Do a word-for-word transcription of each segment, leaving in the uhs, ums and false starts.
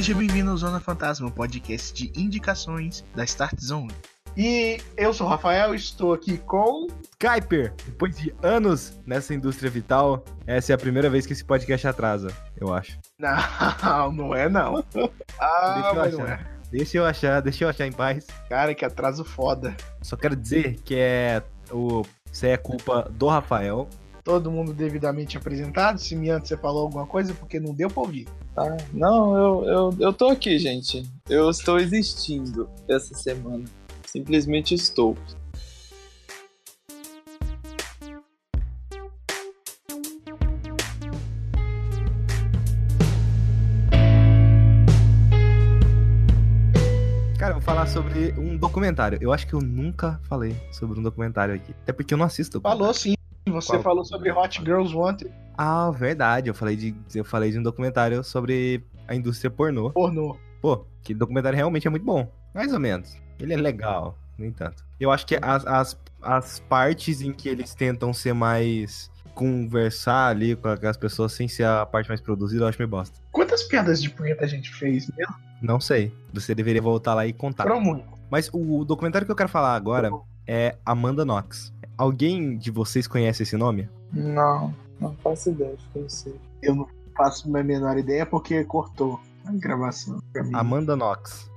Seja bem-vindo ao Zona Fantasma, o podcast de indicações da Start Zone. E eu sou o Rafael, estou aqui com... Kuiper, depois de anos nessa indústria vital, essa é a primeira vez que esse podcast atrasa, eu acho. Não, não é não. Ah, deixa, eu não achar. é. deixa eu achar, deixa eu achar em paz. Cara, que atraso foda. Só quero dizer que é o, isso aí é culpa do Rafael. Todo mundo devidamente apresentado. Se me antes você falou alguma coisa, porque não deu pra ouvir. Ah, não, eu, eu, eu tô aqui, gente. Eu estou existindo essa semana. Simplesmente estou. Cara, eu vou falar sobre um documentário. Eu acho que eu nunca falei sobre um documentário aqui. Até porque eu não assisto. Falou sim. Você Qual? falou sobre Hot Girls Wanted. Ah, verdade. Eu falei, de, eu falei de um documentário sobre a indústria pornô. Pornô. Pô, que documentário realmente é muito bom. Mais ou menos. Ele é legal, no entanto. Eu acho que as, as, as partes em que eles tentam ser mais... conversar ali com as pessoas sem ser a parte mais produzida, eu acho meio bosta. Quantas piadas de punheta a gente fez mesmo? Não sei. Você deveria voltar lá e contar. Foram muito. Mas o documentário que eu quero falar agora é Amanda Knox. Alguém de vocês conhece esse nome? Não, não faço ideia de quem seja. Eu não faço a menor ideia porque cortou a gravação pra mim. Amanda Knox.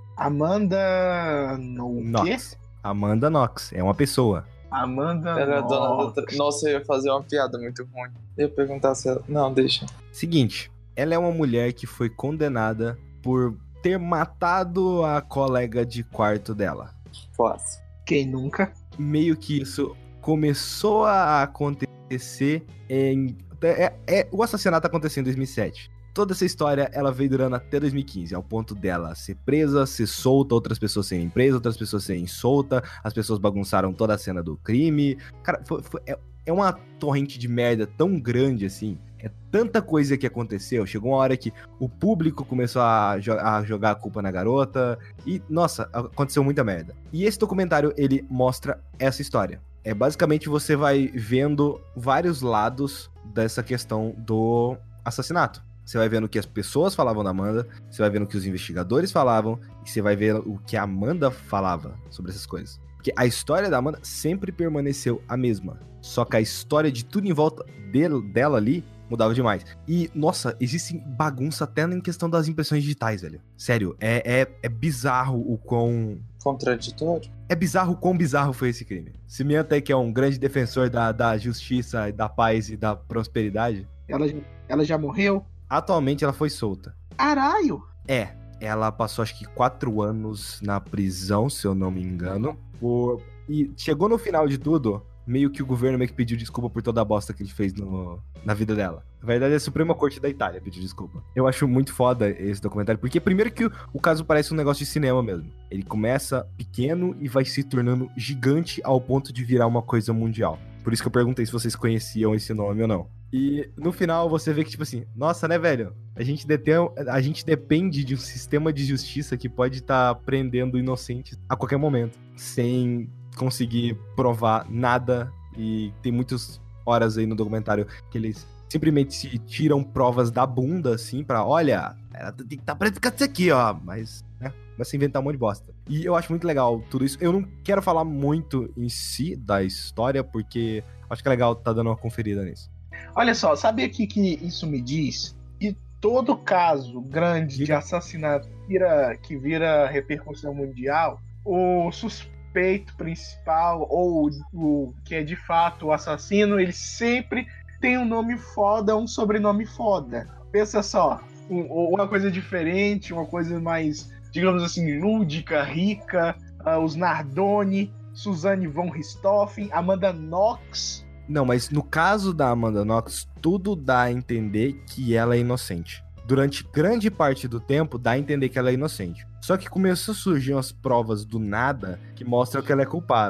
Amanda... No quê? Knox. Amanda Knox. É uma pessoa. Amanda... Era a dona da... Knox. Nossa, eu ia fazer uma piada muito ruim. Eu ia perguntar se ela... Não, deixa. Seguinte. Ela é uma mulher que foi condenada por ter matado a colega de quarto dela. Fácil. Quem nunca? Meio que isso começou a acontecer em... É, é, o assassinato aconteceu em dois mil e sete. Toda essa história, ela veio durando até dois mil e quinze, ao ponto dela ser presa, ser solta, outras pessoas serem presas, outras pessoas serem soltas, as pessoas bagunçaram toda a cena do crime. Cara, foi, foi, é, é uma torrente de merda tão grande assim. É tanta coisa que aconteceu. Chegou uma hora que o público começou a, jo- a jogar a culpa na garota. E, nossa, aconteceu muita merda. E esse documentário, ele mostra essa história. É basicamente você vai vendo vários lados dessa questão do assassinato. Você vai vendo o que as pessoas falavam da Amanda, você vai vendo o que os investigadores falavam, e você vai ver o que a Amanda falava sobre essas coisas. Porque a história da Amanda sempre permaneceu a mesma. Só que a história de tudo em volta dele, dela ali mudava demais. E, nossa, existe bagunça até em questão das impressões digitais, velho. Sério, é, é, é bizarro o quão... Contraditório? É bizarro o quão bizarro foi esse crime. Simeon até que é um grande defensor da, da justiça, da paz e da prosperidade. Ela, ela já morreu? Atualmente ela foi solta. Caralho! É, ela passou acho que quatro anos na prisão, se eu não me engano. Por... E chegou no final de tudo, meio que o governo meio que pediu desculpa por toda a bosta que ele fez no... na vida dela. Na verdade, a Suprema Corte da Itália pediu desculpa. Eu acho muito foda esse documentário, porque primeiro que o, o caso parece um negócio de cinema mesmo. Ele começa pequeno e vai se tornando gigante ao ponto de virar uma coisa mundial. Por isso que eu perguntei se vocês conheciam esse nome ou não. E no final você vê que, tipo assim, nossa, né, velho? A gente, detém, a gente depende de um sistema de justiça que pode estar tá prendendo inocentes a qualquer momento, sem conseguir provar nada. E tem muitas horas aí no documentário que eles simplesmente se tiram provas da bunda, assim, pra, olha, ela tem que estar tá preta com isso aqui, ó. Mas, né, começa a inventar um monte de bosta. E eu acho muito legal tudo isso. Eu não quero falar muito em si da história, porque acho que é legal tá dando uma conferida nisso. Olha só, sabe aqui que isso me diz? Que todo caso grande de assassinato vira, que vira repercussão mundial, o suspeito principal, ou o que é de fato o assassino, ele sempre tem um nome foda, um sobrenome foda. Pensa só, um, uma coisa diferente, uma coisa mais, digamos assim, lúdica, rica, uh, os Nardoni, Suzanne von Richthofen, Amanda Knox. Não, mas no caso da Amanda Knox, tudo dá a entender que ela é inocente. Durante grande parte do tempo, dá a entender que ela é inocente. Só que começou a surgir umas provas do nada que mostram que ela é culpada.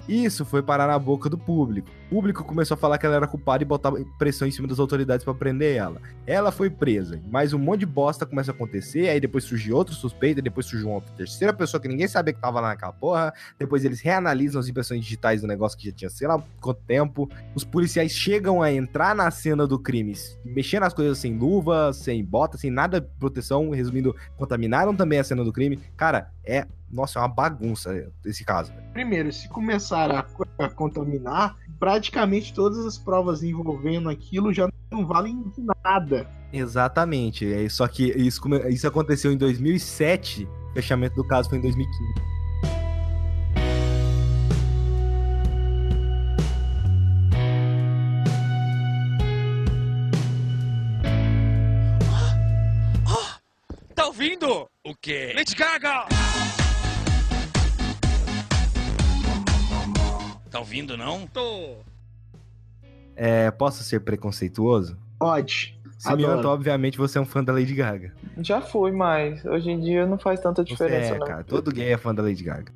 Isso foi parar na boca do público. O público começou a falar que ela era culpada e botar pressão em cima das autoridades pra prender ela. Ela foi presa, mas um monte de bosta começa a acontecer, aí depois surge outro suspeito, depois surge uma terceira pessoa que ninguém sabia que tava lá naquela porra, depois eles reanalisam as impressões digitais do negócio que já tinha sei lá quanto tempo, os policiais chegam a entrar na cena do crime, mexendo as coisas sem luva, sem bota, sem nada de proteção, resumindo, contaminaram também a cena do crime. Cara, é... Nossa, é uma bagunça esse caso. Primeiro, se começar a, a contaminar, praticamente todas as provas envolvendo aquilo já não valem de nada. Exatamente. É, só que isso, isso aconteceu em dois mil e sete, o fechamento do caso foi em dois mil e quinze. Tá ouvindo? O quê? Lady Gaga! Tá ouvindo, não? Tô. É, posso ser preconceituoso? Pode. Simianto, obviamente, você é um fã da Lady Gaga. Já fui, mas hoje em dia não faz tanta diferença, você é, não. cara. Todo gay é fã da Lady Gaga.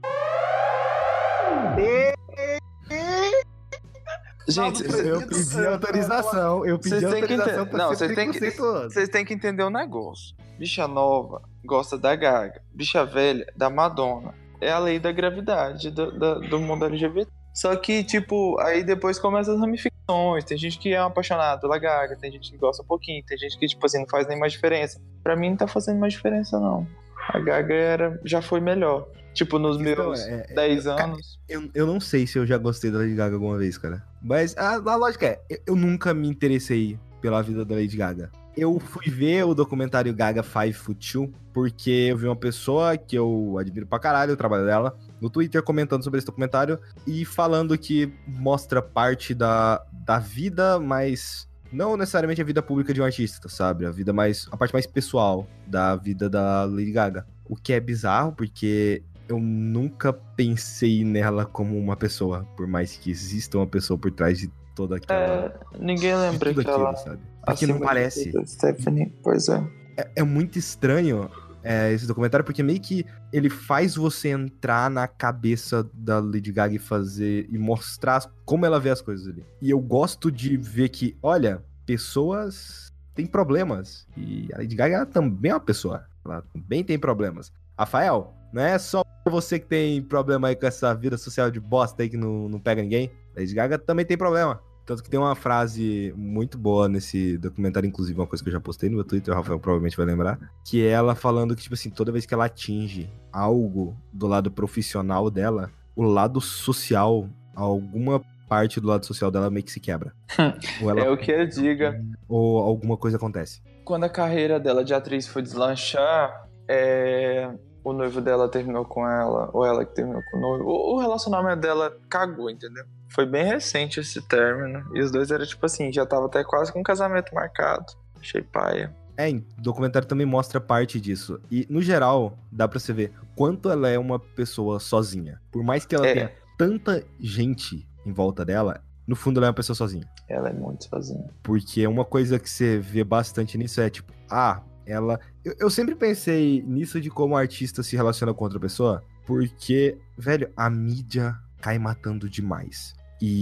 Gente, eu pedi autorização. Eu pedi autorização pra não, ser vocês têm que Vocês têm que entender um negócio. Bicha nova gosta da Gaga. Bicha velha, da Madonna. É a lei da gravidade do, do, do mundo L G B T. Só que, tipo, aí depois começam as ramificações. Tem gente que é apaixonada pela Gaga, tem gente que gosta um pouquinho, tem gente que, tipo assim, não faz nem mais diferença. Pra mim não tá fazendo mais diferença, não. A Gaga era, já foi melhor. Tipo, nos meus é, é, dez é, anos. Eu, eu não sei se eu já gostei da Lady Gaga alguma vez, cara. Mas a, a lógica é, eu, eu nunca me interessei pela vida da Lady Gaga. Eu fui ver o documentário Gaga Five Foot Two porque eu vi uma pessoa que eu admiro pra caralho o trabalho dela no Twitter comentando sobre esse documentário e falando que mostra parte da, da vida, mas não necessariamente a vida pública de um artista, sabe? A vida mais, a parte mais pessoal da vida da Lady Gaga. O que é bizarro, porque eu nunca pensei nela como uma pessoa, por mais que exista uma pessoa por trás de toda aquela... É, ninguém lembra que ela... sabe? Porque não parece. Stephanie, pois é. É, é muito estranho é, esse documentário, porque meio que ele faz você entrar na cabeça da Lady Gaga e fazer e mostrar como ela vê as coisas ali. E eu gosto de ver que, olha, pessoas têm problemas. E a Lady Gaga também é uma pessoa. Ela também tem problemas. Rafael, não é só você que tem problema aí com essa vida social de bosta aí que não, não pega ninguém. A Lady Gaga também tem problema. Tanto que tem uma frase muito boa nesse documentário, inclusive uma coisa que eu já postei no meu Twitter, o Rafael provavelmente vai lembrar, que é ela falando que, tipo assim, toda vez que ela atinge algo do lado profissional dela, o lado social, alguma parte do lado social dela meio que se quebra. Ou ela... É o que eu diga. Ou alguma coisa acontece. Quando a carreira dela de atriz foi deslanchar, é... o noivo dela terminou com ela, ou ela que terminou com o noivo, o relacionamento dela cagou, entendeu? Foi bem recente esse término. E os dois eram tipo assim, já tava até quase com um casamento marcado. Achei paia. É, o documentário também mostra parte disso. E, no geral, dá pra você ver quanto ela é uma pessoa sozinha. Por mais que ela É. tenha tanta gente em volta dela, no fundo ela é uma pessoa sozinha. Ela é muito sozinha. Porque uma coisa que você vê bastante nisso é tipo, ah, ela... Eu, eu sempre pensei nisso de como o artista se relaciona com outra pessoa, porque, velho, a mídia cai matando demais.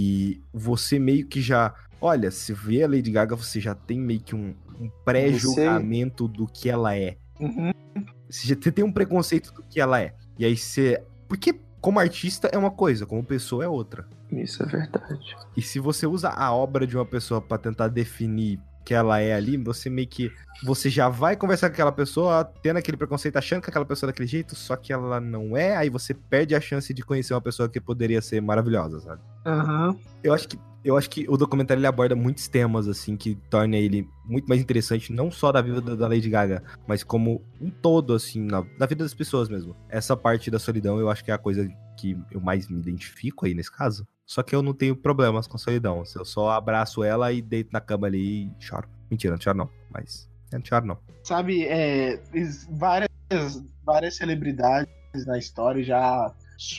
E você meio que já... Olha, se vê a Lady Gaga, você já tem meio que um, um pré-julgamento do que ela é. Uhum. Você já tem um preconceito do que ela é. E aí você... Porque como artista é uma coisa, como pessoa é outra. Isso é verdade. E se você usa a obra de uma pessoa pra tentar definir que ela é ali, você meio que... Você já vai conversar com aquela pessoa, tendo aquele preconceito, achando que aquela pessoa é daquele jeito, só que ela não é, aí você perde a chance de conhecer uma pessoa que poderia ser maravilhosa, sabe? Uhum. Eu acho que, eu acho que o documentário ele aborda muitos temas, assim, que torna ele muito mais interessante, não só da vida da Lady Gaga, mas como um todo, assim, na, na vida das pessoas mesmo. Essa parte da solidão, eu acho que é a coisa que eu mais me identifico aí nesse caso. Só que eu não tenho problemas com a solidão. Eu só abraço ela e deito na cama ali e choro. Mentira, não choro não, mas... Não choro não. Sabe, é, várias, várias celebridades na história já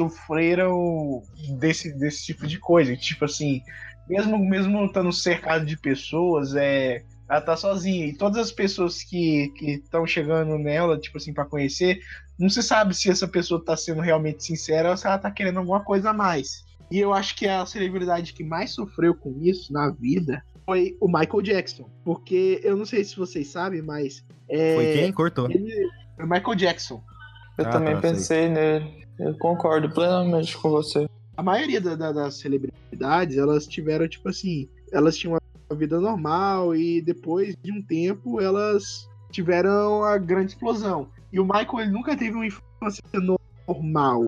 sofreram desse, desse tipo de coisa. Tipo assim, mesmo, mesmo estando cercado de pessoas, é, ela tá sozinha. E todas as pessoas que estão chegando nela, tipo assim, pra conhecer, não se sabe se essa pessoa tá sendo realmente sincera ou se ela tá querendo alguma coisa a mais. E eu acho que a celebridade que mais sofreu com isso na vida foi o Michael Jackson. Porque eu não sei se vocês sabem, mas. É, Foi quem? Cortou. Ele, o Michael Jackson. Eu Ah, também tá, pensei nele. Eu concordo plenamente com você. A maioria da- da- das celebridades, elas tiveram, tipo assim, elas tinham uma vida normal e depois de um tempo elas tiveram a grande explosão. E o Michael, ele nunca teve uma infância normal.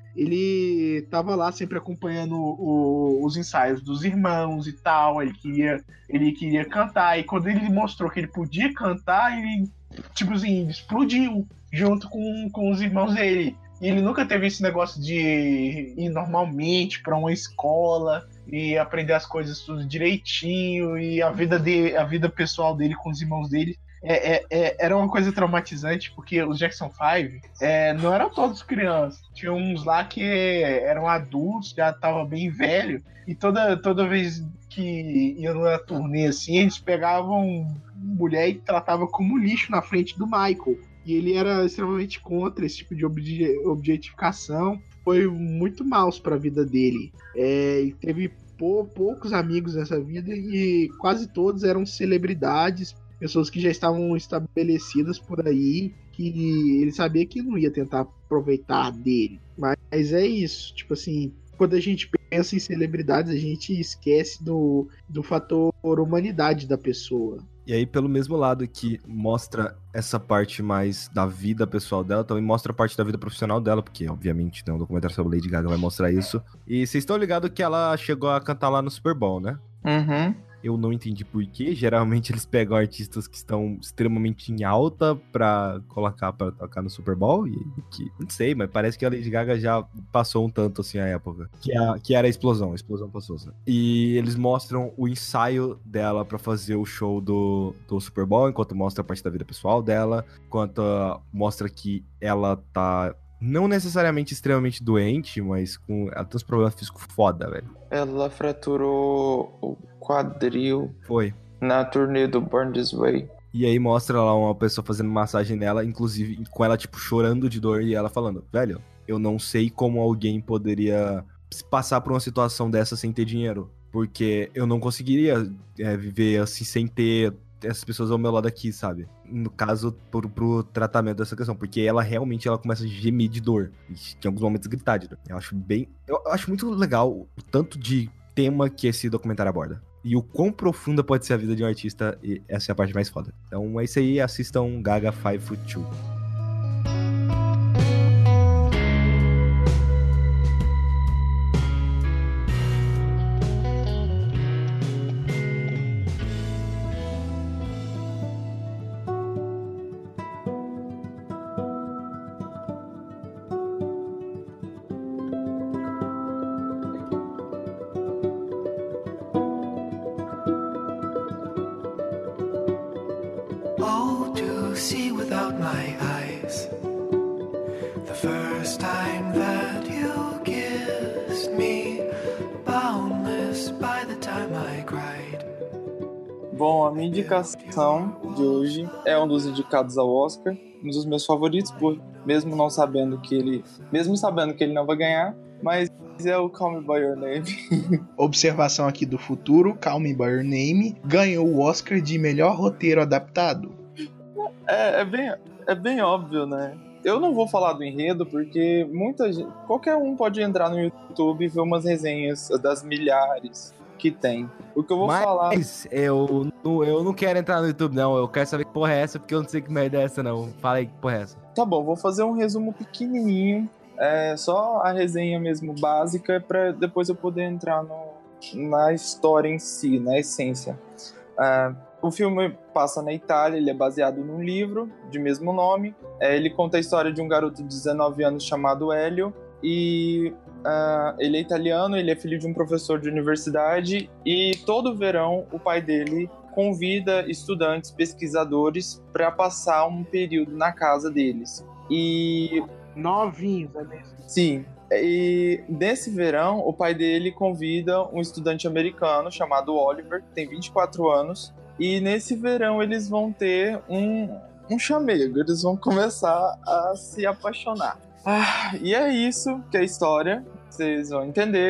Ele tava lá sempre acompanhando o- os ensaios dos irmãos e tal. Ele queria, ele queria cantar. E quando ele mostrou que ele podia cantar, ele, tipo assim, explodiu junto com, com os irmãos dele. E ele nunca teve esse negócio de ir normalmente para uma escola e aprender as coisas tudo direitinho. E a vida, de, a vida pessoal dele com os irmãos dele é, é, é, era uma coisa traumatizante, porque os Jackson Five é, não eram todos crianças. Tinha uns lá que eram adultos, já estavam bem velho. E toda, toda vez que iam numa turnê assim, eles pegavam mulher e tratavam como lixo na frente do Michael. E ele era extremamente contra esse tipo de obje- objetificação. Foi muito maus para a vida dele. É, e teve pou- poucos amigos nessa vida e quase todos eram celebridades, pessoas que já estavam estabelecidas por aí, que ele sabia que não ia tentar aproveitar dele. Mas é isso, tipo assim, quando a gente pensa em celebridades, a gente esquece do, do fator humanidade da pessoa. E aí, pelo mesmo lado que mostra essa parte mais da vida pessoal dela, também mostra a parte da vida profissional dela, porque, obviamente, né, um documentário sobre Lady Gaga vai mostrar isso. E vocês estão ligados que ela chegou a cantar lá no Super Bowl, né? Uhum. Eu não entendi por quê. Geralmente eles pegam artistas que estão extremamente em alta pra colocar pra tocar no Super Bowl. E que, não sei, mas parece que a Lady Gaga já passou um tanto assim a época. Que, a, que era a explosão. A explosão passou, sabe? E eles mostram o ensaio dela pra fazer o show do, do Super Bowl, enquanto mostra a parte da vida pessoal dela, enquanto uh, mostra que ela tá não necessariamente extremamente doente, mas com, ela tem uns problemas físicos foda, velho. Ela fraturou o quadril Foi. na turnê do Born This Way. E aí mostra lá uma pessoa fazendo massagem nela, inclusive com ela, tipo, chorando de dor, e ela falando, velho, eu não sei como alguém poderia passar por uma situação dessa sem ter dinheiro, porque eu não conseguiria é, viver assim sem ter essas pessoas ao meu lado aqui, sabe? No caso, pro, pro tratamento dessa questão, porque ela realmente ela começa a gemer de dor, e em alguns momentos gritar de dor. Eu acho bem... Eu acho muito legal o tanto de tema que esse documentário aborda. E o quão profunda pode ser a vida de um artista, e essa é a parte mais foda. Então é isso aí, assistam Gaga Five Foot Two. Oh, to see without my eyes, the first time that you kissed me, boundless by the time I cried. Bom, a minha indicação de hoje é um dos indicados ao Oscar, um dos meus favoritos, por, mesmo não sabendo que ele, mesmo sabendo que ele não vai ganhar, mas é o Call Me By Your Name. Observação aqui do futuro, Call Me By Your Name ganhou o Oscar de melhor roteiro adaptado. É, é, bem, é bem óbvio, né? Eu não vou falar do enredo, porque muita gente, qualquer um pode entrar no YouTube e ver umas resenhas das milhares que tem. O que eu vou Mas falar... eu não, eu não quero entrar no YouTube, não. Eu quero saber que porra é essa, porque eu não sei que merda é essa, não. Fala aí que porra é essa. Tá bom, vou fazer um resumo pequenininho, é, só a resenha mesmo básica, pra depois eu poder entrar no, na história em si, na essência. É, o filme passa na Itália, ele é baseado num livro de mesmo nome. É, ele conta a história de um garoto de dezenove anos chamado Hélio, e uh, ele é italiano, ele é filho de um professor de universidade, e todo verão o pai dele convida estudantes, pesquisadores, para passar um período na casa deles. E Novinhos, é mesmo? sim, e nesse verão o pai dele convida um estudante americano chamado Oliver, que tem vinte e quatro anos, e nesse verão eles vão ter um, um chamego, eles vão começar a se apaixonar. Ah, e é isso que é a história, vocês vão entender.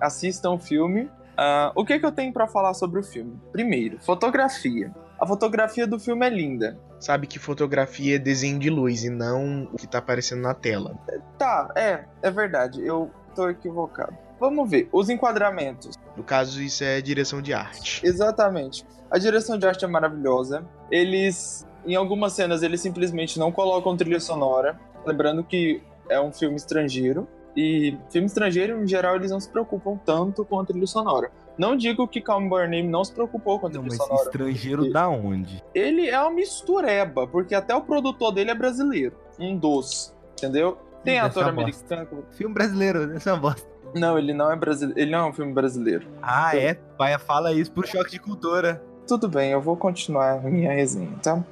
assistam o filme. Uh, o que, que eu tenho pra falar sobre o filme? Primeiro, fotografia. A fotografia do filme é linda. Sabe que fotografia é desenho de luz e não o que tá aparecendo na tela. Tá, é, é verdade. Eu tô equivocado. Vamos ver. Os enquadramentos. No caso, isso é direção de arte. Exatamente. A direção de arte é maravilhosa. Eles, em algumas cenas, eles simplesmente não colocam trilha sonora. Lembrando que é um filme estrangeiro. E filme estrangeiro, em geral, eles não se preocupam tanto com a trilha sonora. Não digo que Call Me By Your Name não se preocupou com a trilha Não, mas sonora. estrangeiro da onde? Ele é uma mistureba, porque até o produtor dele é brasileiro. Um dos, entendeu? Tem Essa ator é uma americano. Filme brasileiro, essa é uma bosta. Não, ele não é brasileiro. Ele não é um filme brasileiro. Ah, é? Pai, fala isso pro choque de cultura. Tudo bem, eu vou continuar a minha resenha, tá?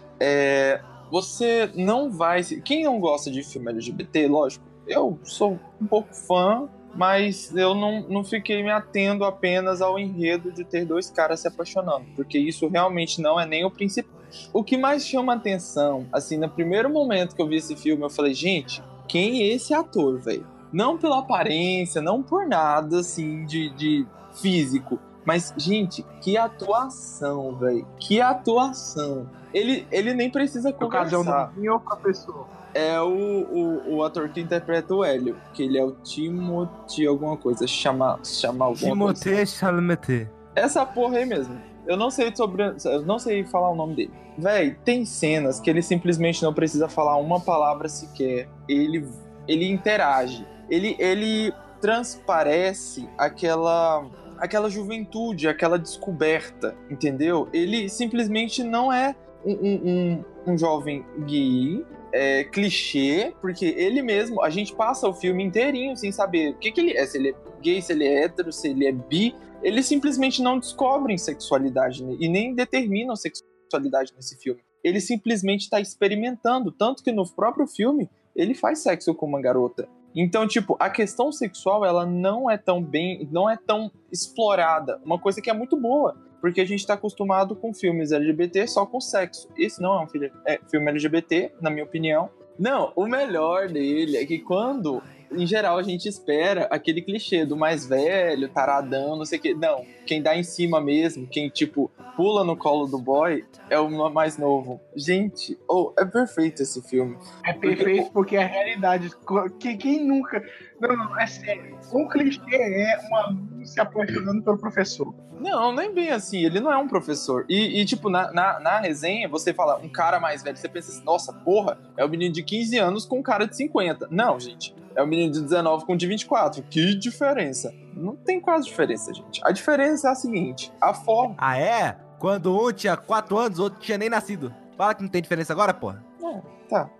É, você não vai... Quem não gosta de filme L G B T, lógico, eu sou um pouco fã, mas eu não, não fiquei me atendo apenas ao enredo de ter dois caras se apaixonando, porque isso realmente não é nem o principal. O que mais chama atenção, assim, no primeiro momento que eu vi esse filme, eu falei, gente, quem é esse ator, velho? Não pela aparência, não por nada, assim, de, de físico, mas, gente, que atuação, velho. Que atuação. Ele, ele nem precisa No conversar. caso, é o novinho ou o professor? É o, o, o ator que interpreta o Hélio, que ele é o Timothy alguma coisa, chama, chama alguma coisa. Timothée Chalamet. Essa porra aí mesmo. Eu não sei sobre, eu não sei falar o nome dele. Véi, tem cenas que ele simplesmente não precisa falar uma palavra sequer. Ele, ele interage. Ele, ele transparece aquela, aquela juventude, aquela descoberta, entendeu? Ele simplesmente não é um, um, um, um jovem gay, é, clichê, porque ele mesmo, a gente passa o filme inteirinho sem saber o que, que ele é, se ele é gay, se ele é hétero, se ele é bi. Eles simplesmente não descobrem sexualidade e nem determinam sexualidade nesse filme. Ele simplesmente está experimentando, tanto que no próprio filme ele faz sexo com uma garota. Então, tipo, a questão sexual, ela não é tão bem, não é tão explorada. Uma coisa que é muito boa, porque a gente tá acostumado com filmes L G B T só com sexo. Esse não é um filme, é, filme L G B T, na minha opinião. Não, o melhor dele é que quando, em geral, a gente espera aquele clichê do mais velho, taradão, não sei o quê. Não, quem dá em cima mesmo, quem, tipo, pula no colo do boy, é o mais novo. Gente, oh, é perfeito esse filme. É perfeito porque é a realidade. Que, quem nunca... Não, não, é sério. Um clichê é um aluno se apaixonando pelo professor. Não, nem bem assim, ele não é um professor. E, e tipo, na, na, na resenha, você fala um cara mais velho, você pensa assim, nossa, porra, é o menino de quinze anos com um cara de cinquenta. Não, gente, é o menino de dezenove com um de vinte e quatro. Que diferença? Não tem quase diferença, gente. A diferença é a seguinte, a forma... Ah, é? Quando um tinha quatro anos, o outro tinha nem nascido. Fala que não tem diferença agora, porra. É, tá.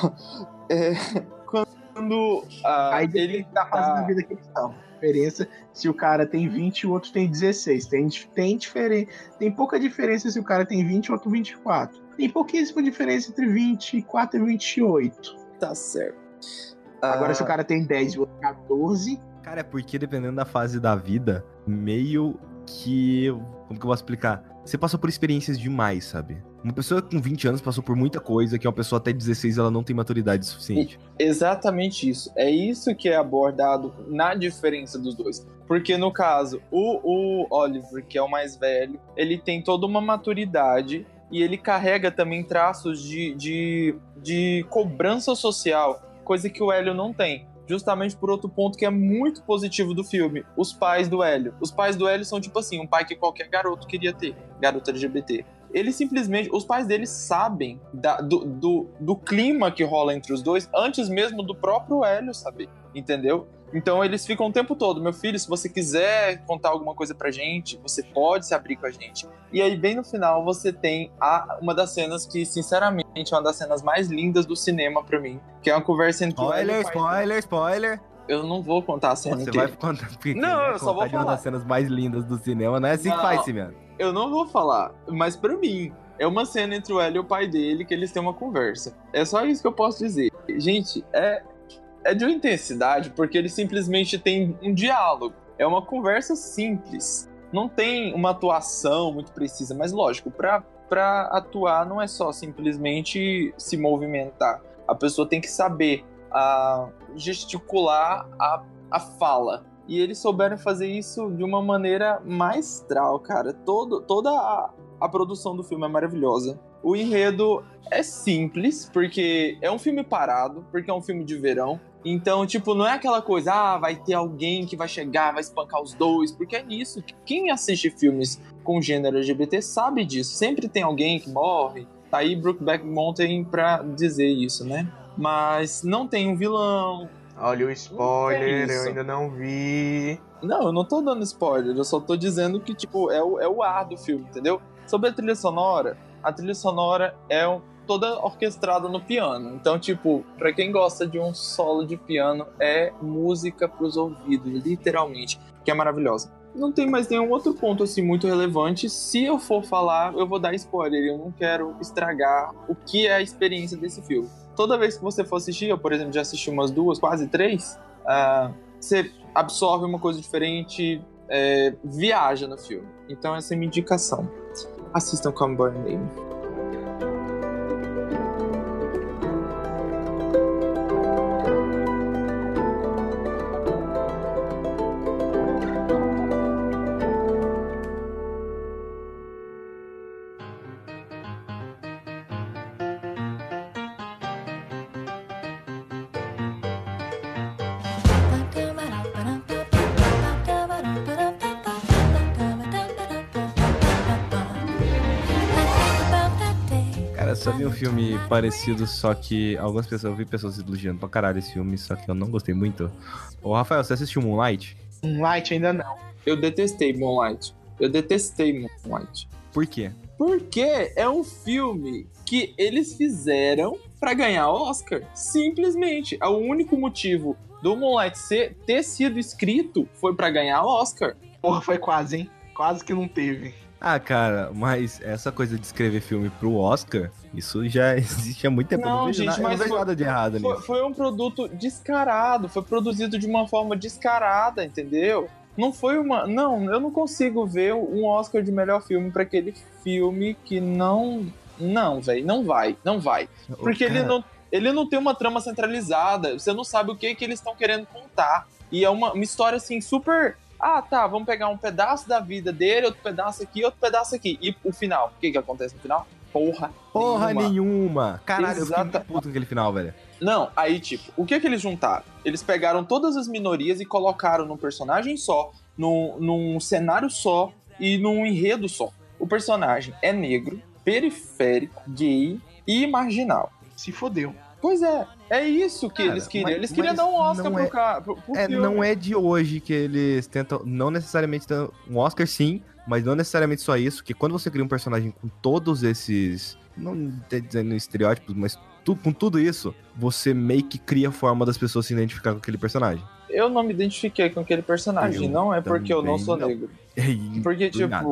é, quando ah, Aí ele tá fazendo tá... a vida cristã. Diferença se o cara tem vinte e o outro tem dezesseis. Tem, tem, diferen... tem pouca diferença se o cara tem vinte e o outro vinte e quatro. Tem pouquíssima diferença entre vinte e quatro e vinte e oito. Tá certo. Agora, Ah, se o cara tem dez e o outro catorze... Cara, é porque dependendo da fase da vida, meio que... Como que eu posso explicar? Você passou por experiências demais, sabe? Uma pessoa com vinte anos passou por muita coisa, que uma pessoa até dezesseis, ela não tem maturidade suficiente. Exatamente isso. É isso que é abordado na diferença dos dois. Porque, no caso, o, o Oliver, que é o mais velho, ele tem toda uma maturidade e ele carrega também traços de, de, de cobrança social, coisa que o Hélio não tem. Justamente por outro ponto que é muito positivo do filme, os pais do Hélio. Os pais do Hélio são tipo assim, um pai que qualquer garoto queria ter, garoto L G B T. Eles simplesmente, os pais deles sabem da, do, do, do clima que rola entre os dois, antes mesmo do próprio Hélio saber, entendeu? Então eles ficam o tempo todo, meu filho, se você quiser contar alguma coisa pra gente, você pode se abrir com a gente. E aí bem no final você tem a, uma das cenas que, sinceramente, é uma das cenas mais lindas do cinema pra mim, que é uma conversa entre o Hélio Spoiler, e o pai spoiler, spoiler. Eu não vou contar a cena Você inteira. vai contar porque Não, quem vai eu só vou contar de uma falar. das cenas mais lindas do cinema. Não é assim Não. que faz, Simeano. Eu não vou falar, mas pra mim, é uma cena entre o Hélio e o pai dele que eles têm uma conversa. É só isso que eu posso dizer. Gente, é, é de uma intensidade porque eles simplesmente têm um diálogo. É uma conversa simples. Não tem uma atuação muito precisa, mas lógico, pra, pra atuar não é só simplesmente se movimentar. A pessoa tem que saber a, gesticular a, a fala. E eles souberam fazer isso de uma maneira maestral, cara. Todo, toda a, a produção do filme é maravilhosa. O enredo é simples, porque é um filme parado, porque é um filme de verão. Então, tipo, não é aquela coisa, ah, vai ter alguém que vai chegar, vai espancar os dois, porque é nisso. Quem assiste filmes com gênero L G B T sabe disso. Sempre tem alguém que morre. Tá aí Brokeback Mountain pra dizer isso, né? Mas não tem um vilão. Olha o spoiler, isso. eu ainda não vi. Não, eu não tô dando spoiler, eu só tô dizendo que, tipo, é o, é o ar do filme, entendeu? Sobre a trilha sonora, a trilha sonora é um, toda orquestrada no piano. Então, tipo, pra quem gosta de um solo de piano, é música pros ouvidos, literalmente, que é maravilhosa. Não tem mais nenhum outro ponto, assim, muito relevante. Se eu for falar, eu vou dar spoiler, eu não quero estragar o que é a experiência desse filme. Toda vez que você for assistir, eu, por exemplo, já assisti umas duas, quase três, uh, você absorve uma coisa diferente, é, viaja no filme. Então essa é a minha indicação. Assistam Call Me By Your Name. Só vi um filme parecido, só que algumas pessoas, eu vi pessoas elogiando pra caralho esse filme, só que eu não gostei muito. Ô, Rafael, você assistiu Moonlight? Moonlight ainda não. Eu detestei Moonlight. Eu detestei Moonlight. Por quê? Porque é um filme que eles fizeram pra ganhar Oscar. Simplesmente. O único motivo do Moonlight ser, ter sido escrito foi pra ganhar Oscar. Porra, foi quase, hein? Quase que não teve. Ah, cara, mas essa coisa de escrever filme pro Oscar, isso já existe há muito tempo. Não, eu não vejo, gente, na, eu mas não vejo foi, nada de errado foi, nisso. Foi um produto descarado, foi produzido de uma forma descarada, entendeu? Não foi uma... Não, eu não consigo ver um Oscar de melhor filme pra aquele filme que não... Não, velho, não vai, não vai. Porque cara... ele, não, ele não tem uma trama centralizada, você não sabe o que, que eles estão querendo contar. E é uma, uma história, assim, super... Ah, tá, vamos pegar um pedaço da vida dele, outro pedaço aqui, outro pedaço aqui. E o final? O que que acontece no final? Porra Porra nenhuma. nenhuma. Caralho, Exata... eu fiquei muito puto naquele final, velho. Não, aí, tipo, o que que eles juntaram? Eles pegaram todas as minorias e colocaram num personagem só, num, num cenário só e num enredo só. O personagem é negro, periférico, gay e marginal. Se fodeu. Pois é, é isso que Cara, eles queriam. mas, eles queriam dar um Oscar pro, é, cara, pro, pro é, filme. Não é de hoje que eles tentam, não necessariamente tentam, um Oscar sim, mas não necessariamente só isso, que quando você cria um personagem com todos esses, não dizendo estereótipos, mas tu, com tudo isso, você meio que cria a forma das pessoas se identificar com aquele personagem. Eu não me identifiquei com aquele personagem, Eu não é porque eu não sou não. negro. E, Porque, tipo, nada.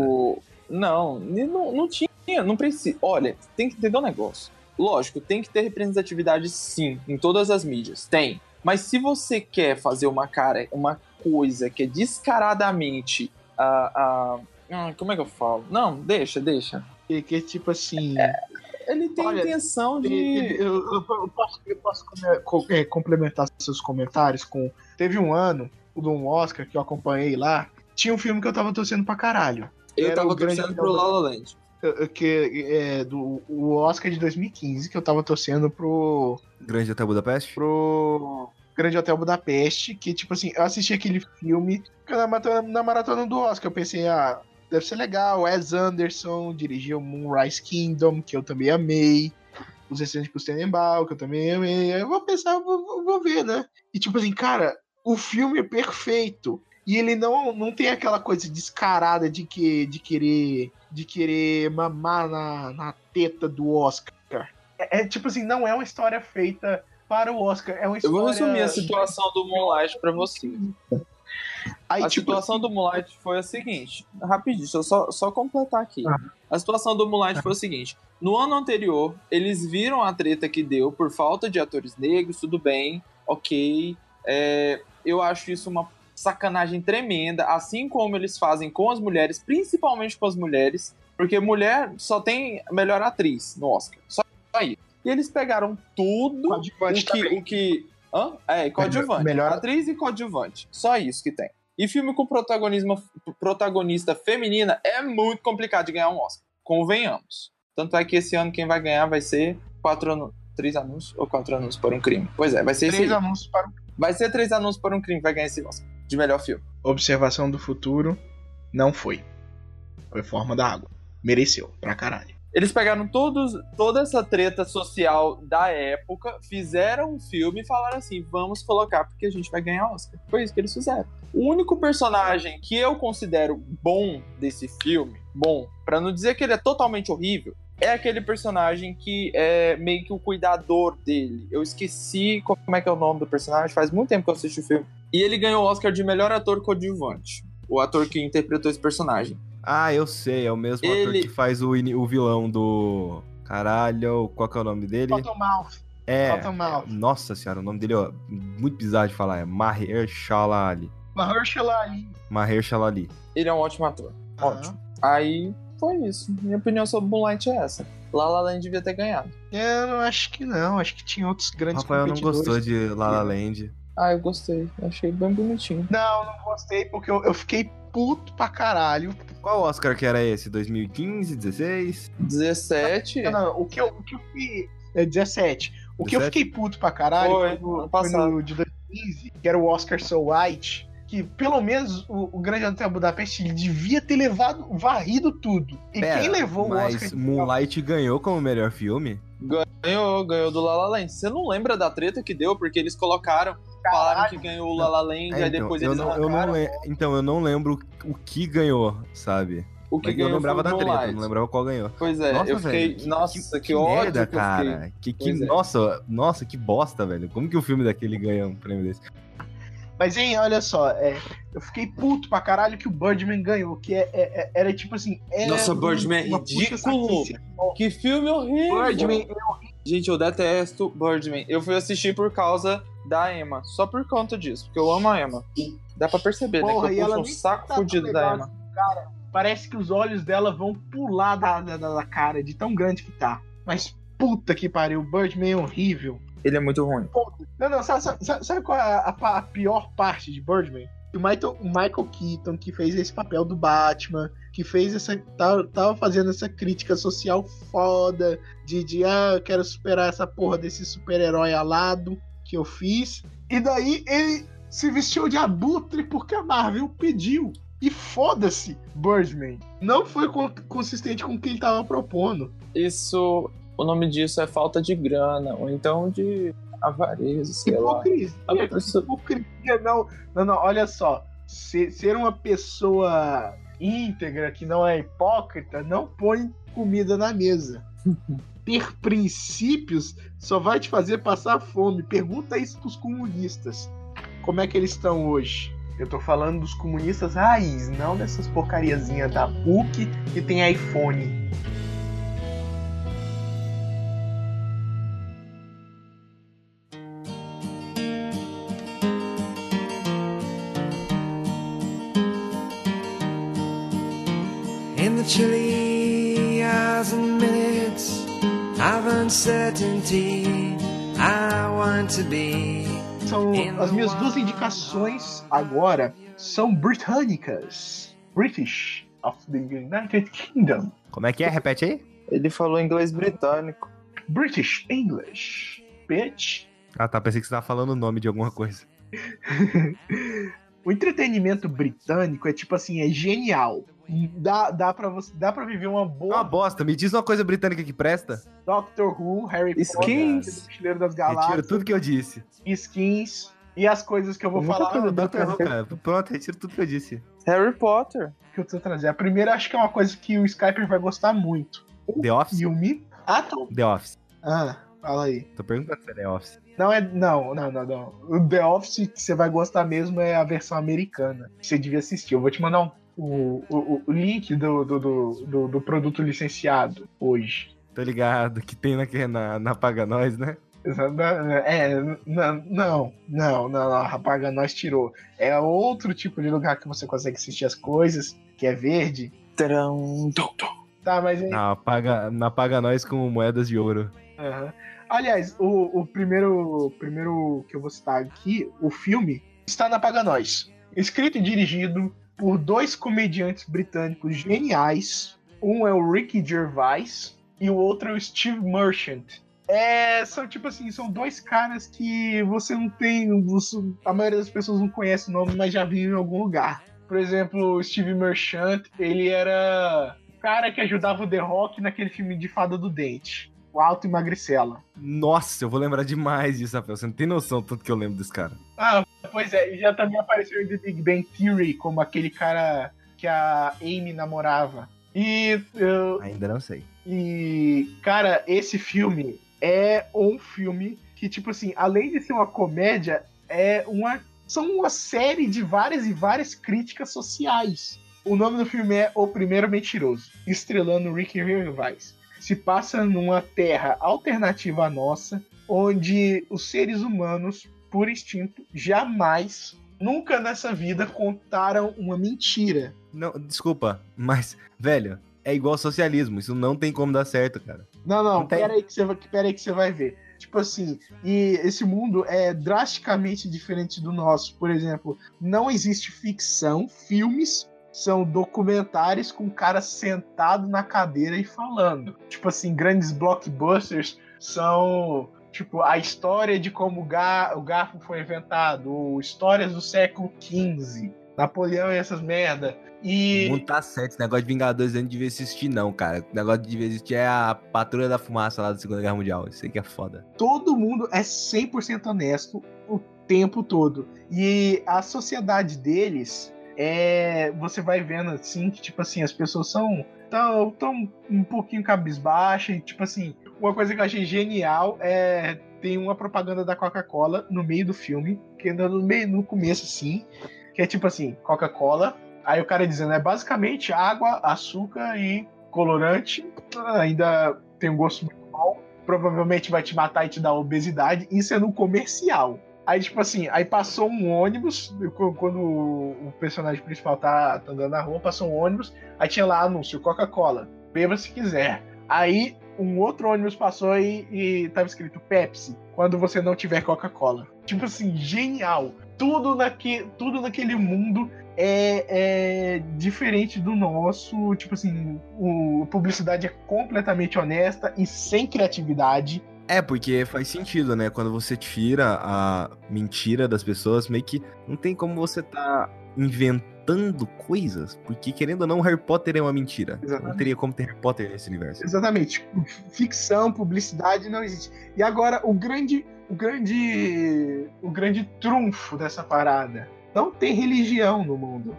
não, não, não tinha, não precisa. Olha, tem que entender um negócio. Lógico, tem que ter representatividade sim, em todas as mídias, tem. Mas se você quer fazer uma cara, uma coisa que é descaradamente a, uh, uh, como é que eu falo? Não, deixa, deixa. Que, que tipo assim... É, ele tem Olha, intenção de... Eu, eu, eu posso, eu posso é, complementar seus comentários com... Teve um ano, o um Oscar que eu acompanhei lá, tinha um filme que eu tava torcendo pra caralho. Eu Era tava o Grande torcendo pro La La Land. Que é do o Oscar de dois mil e quinze, que eu tava torcendo pro... Grande Hotel Budapeste? Pro Grande Hotel Budapeste, que tipo assim, eu assisti aquele filme na maratona, na maratona do Oscar, eu pensei, ah, deve ser legal. Wes Anderson dirigiu Moonrise Kingdom, que eu também amei. Os Recentes Tenenbaum, que eu também amei. Eu vou pensar, vou, vou ver, né? E tipo assim, cara, o filme é perfeito. E ele não, não tem aquela coisa descarada de, que, de querer de querer mamar na, na teta do Oscar. É, é tipo assim, não é uma história feita para o Oscar. É uma história... Eu vou resumir a situação do Moonlight pra você. Aí, a tipo situação assim... do Moonlight foi a seguinte, rapidinho, deixa eu só, só completar aqui. Ah. A situação do Moonlight ah. foi a seguinte, no ano anterior, eles viram a treta que deu por falta de atores negros, tudo bem, ok, é, eu acho isso uma sacanagem tremenda, assim como eles fazem com as mulheres, principalmente com as mulheres, porque mulher só tem melhor atriz no Oscar, só aí. E eles pegaram tudo o que, o que... Hã? É, coadjuvante. Melhor... Atriz e coadjuvante. Só isso que tem. E filme com protagonismo, protagonista feminina é muito complicado de ganhar um Oscar. Convenhamos. Tanto é que esse ano quem vai ganhar vai ser quatro anos, três anúncios ou quatro anúncios para um crime. Pois é, vai ser Três esse aí. anúncios para um... Vai ser três anúncios para um crime que vai ganhar esse Oscar de melhor filme. Observação do futuro, não foi. Foi Forma da Água. Mereceu, pra caralho. Eles pegaram todos, toda essa treta social da época, fizeram um filme e falaram assim, vamos colocar porque a gente vai ganhar Oscar. Foi isso que eles fizeram. O único personagem que eu considero bom desse filme, bom, pra não dizer que ele é totalmente horrível, é aquele personagem que é meio que o cuidador dele. Eu esqueci como é que é o nome do personagem, faz muito tempo que eu assisti o filme. E ele ganhou o Oscar de melhor ator coadjuvante. O ator que interpretou esse personagem. Ah, eu sei, é o mesmo Ele- ator que faz o, ini- o vilão do... Caralho, qual que é o nome dele? Cottonmouth. É, Cottonmouth. nossa senhora, o nome dele é muito bizarro de falar, é Mahershala Ali. Mahershala Ali. Mahershala Ali. Ele é um ótimo ator. Aham. Ótimo. Aí foi isso. Minha opinião sobre Moonlight é essa. La La Land devia ter ganhado. Eu não acho que não, acho que tinha outros O grandes Rafael não competidores. gostou de La La Land. Ah, eu gostei. Achei bem bonitinho. Não, não gostei porque eu, eu fiquei puto pra caralho. Qual Oscar que era esse? dois mil e quinze, dezesseis? dezessete? Não, não, o que eu, o que eu fiquei... É dezessete. O que eu dezessete? fiquei puto pra caralho Foi, foi, no, ano foi passado. no de dois mil e quinze, que era o Oscar So White, que pelo menos o, o Grande Hotel Budapeste ele devia ter levado, varrido tudo. E Pera, quem levou o mas Oscar... de- Moonlight ganhou como melhor filme? Ganhou, ganhou do La La Land. Você não lembra da treta que deu? Porque eles colocaram, falaram Caralho. que ganhou o La La Land, É, aí então, depois eu eles não, eu não arrancaram. le- então, eu não lembro o que ganhou, sabe? O que Mas eu ganhou lembrava foi da o treta, eu Moonlight. não lembrava qual ganhou. Pois é, eu fiquei... velho, nossa, que, ódio merda, que eu cara. fiquei. Que, que, Pois é. nossa, nossa, que bosta, velho. Como que o filme daquele ganha um prêmio desse? Mas, hein, olha só, é, eu fiquei puto pra caralho que o Birdman ganhou, que é, é- é- era tipo assim... Era Nossa, Birdman é uma puta ridículo. sacrifício. Que filme horrível. Birdman, Gente, eu detesto Birdman. Eu fui assistir por causa da Emma. Só por conta disso, porque eu amo a Emma. Dá pra perceber, Porra, né? e Que eu ela puxo um nem saco tá tão fudido legal da Emma. parece que os olhos dela vão pular da, da, da cara, de tão grande que tá. Mas puta que pariu, o Birdman é horrível. Ele é muito ruim. Não, não, sabe, sabe, sabe qual é a, a- a pior parte de Birdman? O Michael, o Michael Keaton, que fez esse papel do Batman, que fez essa. Tava, tava fazendo essa crítica social foda, de, de ah, eu quero superar essa porra desse super-herói alado que eu fiz. E daí ele se vestiu de abutre porque a Marvel pediu. E foda-se, Birdman. Não foi co- consistente com o que ele tava propondo. Isso, o nome disso é falta de grana, ou então de avareza, sei lá. Hipocrisia, A pessoa- hipocrisia, não, não, não, olha só, ser, ser uma pessoa íntegra, que não é hipócrita, não põe comida na mesa. Ter princípios só vai te fazer passar fome. Pergunta isso pros comunistas. Como é que eles estão hoje? Eu tô falando dos comunistas raiz, não dessas porcariazinhas da P U C que tem iPhone. In the chilly hours and minutes of uncertainty, I want to be. São as minhas duas indicações agora são britânicas. British of the United Kingdom. Como é que é? Repete aí. Ele falou inglês britânico. British English. Bitch. Ah, tá. Pensei que você tava falando o nome de alguma coisa. O entretenimento britânico é tipo assim, é genial. Dá, dá, pra você, dá pra viver uma É uma boa bosta. Me diz uma coisa britânica que presta. Doctor Who, Harry Skins. Potter, Mochileiro das Retiro Galáxias, tudo que eu disse. skins e as coisas que eu vou Nunca falar fui no do Doctor Who. Cara, pronto, retiro tudo que eu disse. Harry Potter. que eu tô trazendo. A primeira acho que é uma coisa que o Skyper vai gostar muito. The Office? Filme. Ah, então. The Office. Ah, fala aí. Tô perguntando se é The Office. Não é. Não, não, não, não. O The Office que você vai gostar mesmo é a versão americana. Que você devia assistir. Eu vou te mandar um, o, o, o link do, do, do, do, do produto licenciado hoje. Tô ligado que tem na, na, na Paga Nós, né? É, não, não, não, não, a Paga Nós tirou. É outro tipo de lugar que você consegue assistir as coisas, que é verde. Tcharam, tum, tum. Tá, mas aí. Na Paga, na Paga Nós com moedas de ouro. Aham. Aliás, o, o primeiro, o primeiro que eu vou citar aqui, o filme, está na Paga Nós. escrito e dirigido por dois comediantes britânicos geniais. Um é o Ricky Gervais e o outro é o Steve Merchant. É, são tipo assim, são dois caras que você não tem, você, a maioria das pessoas não conhece o nome, mas já viu em algum lugar. Por exemplo, o Steve Merchant, ele era o cara que ajudava o The Rock naquele filme de Fada do Dente, o Alto e Magricela. Nossa, eu vou lembrar demais disso, Rafael. Você não tem noção do tanto que eu lembro desse cara. Ah, pois é, e já também apareceu em The Big Bang Theory, como aquele cara que a Amy namorava. E, eu, Ainda não sei. e, cara, esse filme é um filme que, tipo assim, além de ser uma comédia, é uma, são uma série de várias e várias críticas sociais. O nome do filme é O Primeiro Mentiroso, estrelando Ricky Gervais. Se passa numa terra alternativa à nossa, onde os seres humanos, por instinto, jamais, nunca nessa vida contaram uma mentira. Não, desculpa, mas, velho, é igual socialismo. Isso não tem como dar certo, cara. Não, não, Não tem. pera aí que você vai, pera aí que você vai ver. Tipo assim, e esse mundo é drasticamente diferente do nosso. Por exemplo, não existe ficção, filmes são documentários com o cara sentado na cadeira e falando. Tipo assim, grandes blockbusters são, tipo, a história de como o, gar, o garfo foi inventado, ou histórias do século quinze, Napoleão e essas merda. E Não tá certo, esse negócio de Vingadores eu não devia existir, não, cara. O negócio de devia existir é a Patrulha da Fumaça lá da Segunda Guerra Mundial. Isso aí que é foda. todo mundo é cem por cento honesto o tempo todo. E a sociedade deles, é, você vai vendo assim, que tipo assim, as pessoas são tão, tão um pouquinho cabisbaixas. E tipo assim, uma coisa que eu achei genial é tem uma propaganda da Coca-Cola no meio do filme, que ainda no meio, no começo assim, que é tipo assim, Coca-Cola, aí o cara dizendo, é basicamente água, açúcar e colorante, ainda tem um gosto muito mal, provavelmente vai te matar e te dar obesidade, isso é no comercial. Aí, tipo assim, aí passou um ônibus, quando o personagem principal tá, tá andando na rua, passou um ônibus, aí tinha lá anúncio, Coca-Cola, beba se quiser. Aí um outro ônibus passou e, e tava escrito Pepsi, quando você não tiver Coca-Cola. Tipo assim, genial. Tudo, naque, tudo naquele mundo é, é diferente do nosso. Tipo assim, o, a publicidade é completamente honesta e sem criatividade. É, porque faz sentido, né? Quando você tira a mentira das pessoas, meio que não tem como você tá inventando coisas, porque querendo ou não, Harry Potter é uma mentira. Exatamente. Não teria como ter Harry Potter nesse universo. Exatamente. Ficção, publicidade não existe. E agora, o grande, o grande, o grande trunfo dessa parada. Não tem religião no mundo.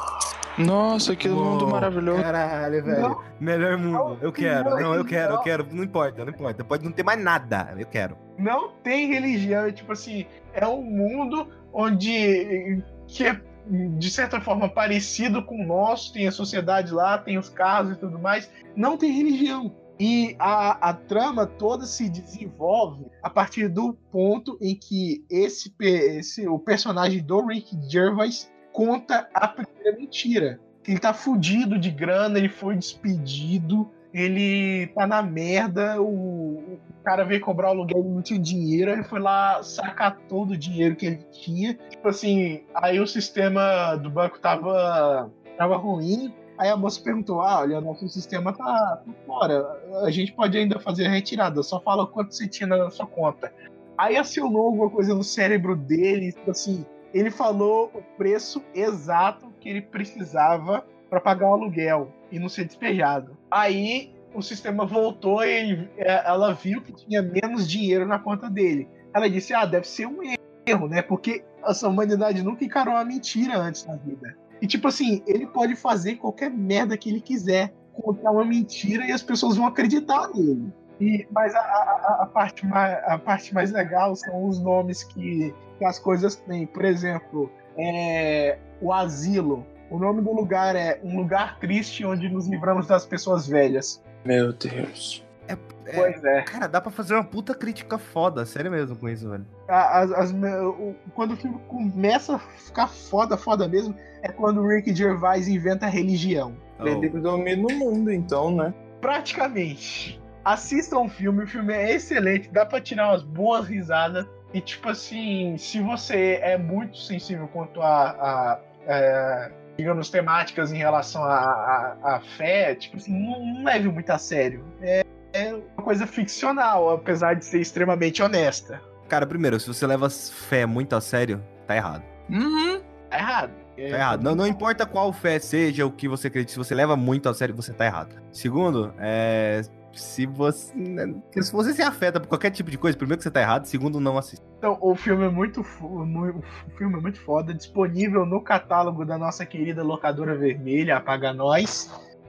Nossa, que Uou, mundo maravilhoso. Caralho, velho. Não, Melhor mundo. não eu tem quero. Não, eu quero, eu religião. quero. Não importa, não importa. Pode não ter mais nada. Eu quero. Não tem religião. É tipo assim, é um mundo onde que é de certa forma parecido com o nosso, tem a sociedade lá, tem os carros e tudo mais. Não tem religião. E a, a trama toda se desenvolve a partir do ponto em que esse, esse o personagem do Ricky Gervais conta a primeira mentira. Ele tá fudido de grana, ele foi despedido, ele tá na merda, o, o cara veio cobrar o aluguel e não tinha dinheiro, ele foi lá sacar todo o dinheiro que ele tinha. Tipo assim, aí o sistema do banco tava, tava ruim. Aí a moça perguntou, ah, olha, nosso sistema tá, tá fora, a gente pode ainda fazer a retirada, só fala quanto você tinha na sua conta. Aí acionou alguma coisa no cérebro dele, tipo assim, ele falou o preço exato que ele precisava para pagar o aluguel e não ser despejado. Aí o sistema voltou e ele, ela viu que tinha menos dinheiro na conta dele. Ela disse, ah, deve ser um erro, né, porque essa humanidade nunca encarou uma mentira antes na vida. E tipo assim, ele pode fazer qualquer merda que ele quiser, contar uma mentira e as pessoas vão acreditar nele. E, mas a, a, a, parte mais, a parte mais legal são os nomes que, que as coisas têm. Por exemplo, é, o asilo. O nome do lugar é Um Lugar Triste Onde Nos Livramos das Pessoas Velhas. Meu Deus. É, Pois é. Cara, dá pra fazer uma puta crítica foda, sério mesmo com isso, velho. As, as, o, quando o filme começa a ficar foda, foda mesmo, é quando o Ricky Gervais inventa a religião. Ele domina o mundo, então, né? Praticamente. Assistam o filme, o filme é excelente, dá pra tirar umas boas risadas. E, tipo assim, se você é muito sensível quanto a, a, a digamos, temáticas em relação à fé, tipo assim, não, não leve muito a sério. É, é uma coisa ficcional, apesar de ser extremamente honesta. Cara, primeiro, se você leva fé muito a sério, tá errado. Uhum. Tá errado. É, tá errado. Não, não importa qual fé seja, o que você acredita, se você leva muito a sério, você tá errado. Segundo, é... Se você, se você se afeta por qualquer tipo de coisa, primeiro que você tá errado, segundo, não assiste. Então, o filme é muito, o filme é muito foda, disponível no catálogo da nossa querida locadora vermelha, Apaga Nós.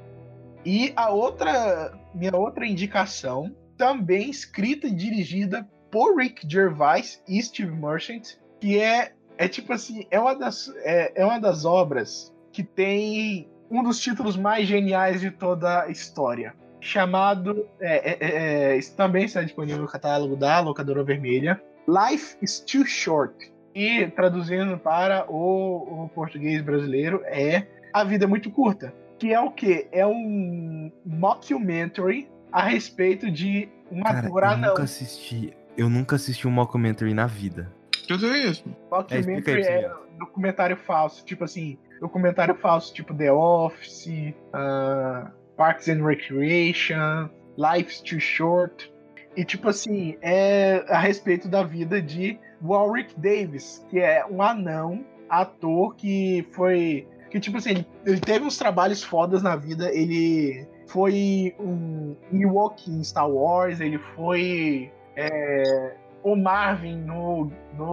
E a outra, minha outra indicação, também escrita e dirigida por Rick Gervais e Steve Merchant, que é, é tipo assim, é uma, das, é, é uma das obras que tem um dos títulos mais geniais de toda a história. Chamado, é, é, é, também está disponível no catálogo da locadora vermelha, Life is Too Short. E traduzindo para o, o português brasileiro é A Vida é Muito Curta. Que é o quê? É um mockumentary a respeito de um Cara, ator eu anão. nunca assisti, eu nunca assisti um mockumentary na vida. O que é isso? Mockumentary É, é, é documentário falso, tipo assim, documentário falso tipo The Office, uh, Parks and Recreation, Life's Too Short. E tipo assim, é a respeito da vida de Warwick Davis, que é um anão, ator que foi... Que tipo assim, ele, ele teve uns trabalhos fodas na vida, ele foi um Ewok em Star Wars, ele foi é, o Marvin no,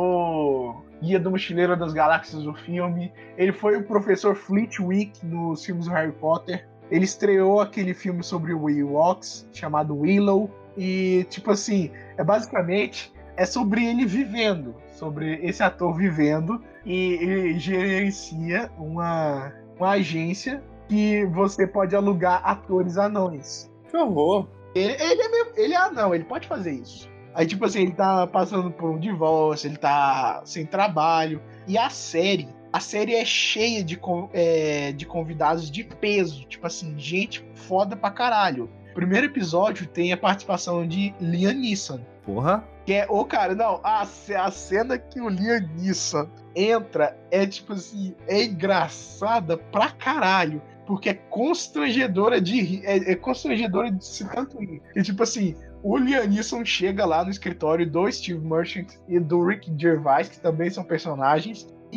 no Guia do Mochileiro das Galáxias do filme, ele foi o professor Flitwick nos filmes do Harry Potter. Ele estreou aquele filme sobre o Ewoks, chamado Willow. E, tipo assim, é basicamente é sobre ele vivendo, sobre esse ator vivendo. E ele gerencia uma, uma agência que você pode alugar atores anões. Que horror. Ele, ele, é mesmo, ele é anão, ele pode fazer isso. Aí, tipo assim, ele tá passando por um divórcio, ele tá sem trabalho. E a série... A série é cheia de, é, de convidados de peso. Tipo assim, gente foda pra caralho. O primeiro episódio tem a participação de Liam Neeson. Porra. Que é, ô oh, cara, não, a, a cena que o Liam Neeson entra é tipo assim, é engraçada pra caralho. Porque é constrangedora de rir. É, é constrangedora de se tanto rir. E tipo assim, o Liam Neeson chega lá no escritório do Steve Merchant e do Rick Gervais, que também são personagens. E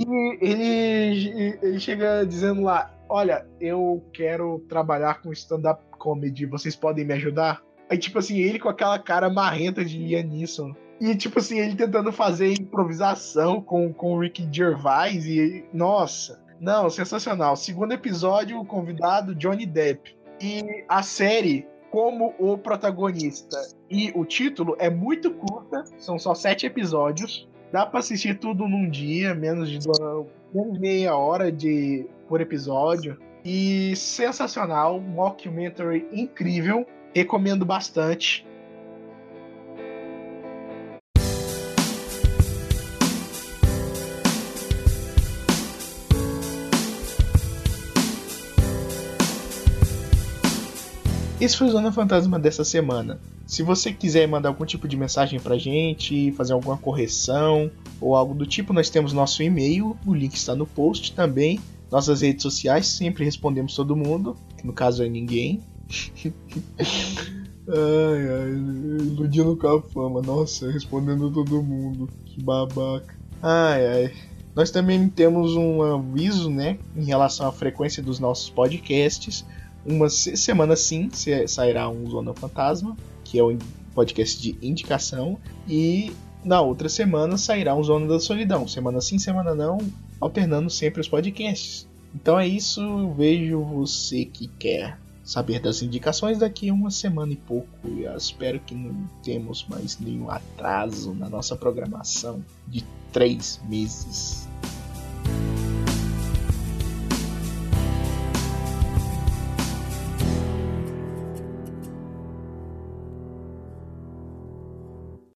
ele, ele chega dizendo lá, olha, eu quero trabalhar com stand-up comedy, vocês podem me ajudar? Aí, tipo assim, ele com aquela cara marrenta de Liam Neeson. E, tipo assim, ele tentando fazer improvisação com, com o Rick Gervais e... Nossa, não, sensacional. Segundo episódio, o convidado, Johnny Depp. E a série, como o protagonista e o título, é muito curta, são só sete episódios. Dá pra assistir tudo num dia, menos de menos meia hora de, por episódio. E sensacional, mockumentary incrível. Recomendo bastante. Esse foi o Zona Fantasma dessa semana. Se você quiser mandar algum tipo de mensagem pra gente, fazer alguma correção ou algo do tipo, nós temos nosso e-mail, o link está no post também. Nossas redes sociais, sempre respondemos todo mundo, que no caso é ninguém. Ai, ai, iludindo com a fama, nossa, respondendo todo mundo, que babaca. Ai, ai. Nós também temos um aviso, né, em relação à frequência dos nossos podcasts. Uma semana sim sairá um Zona Fantasma, que é o podcast de indicação, e na outra semana sairá um Zona da Solidão. Semana sim, semana não, alternando sempre os podcasts. Então é isso, eu vejo você que quer saber das indicações daqui a uma semana e pouco. Eu espero que não temos mais nenhum atraso na nossa programação de três meses.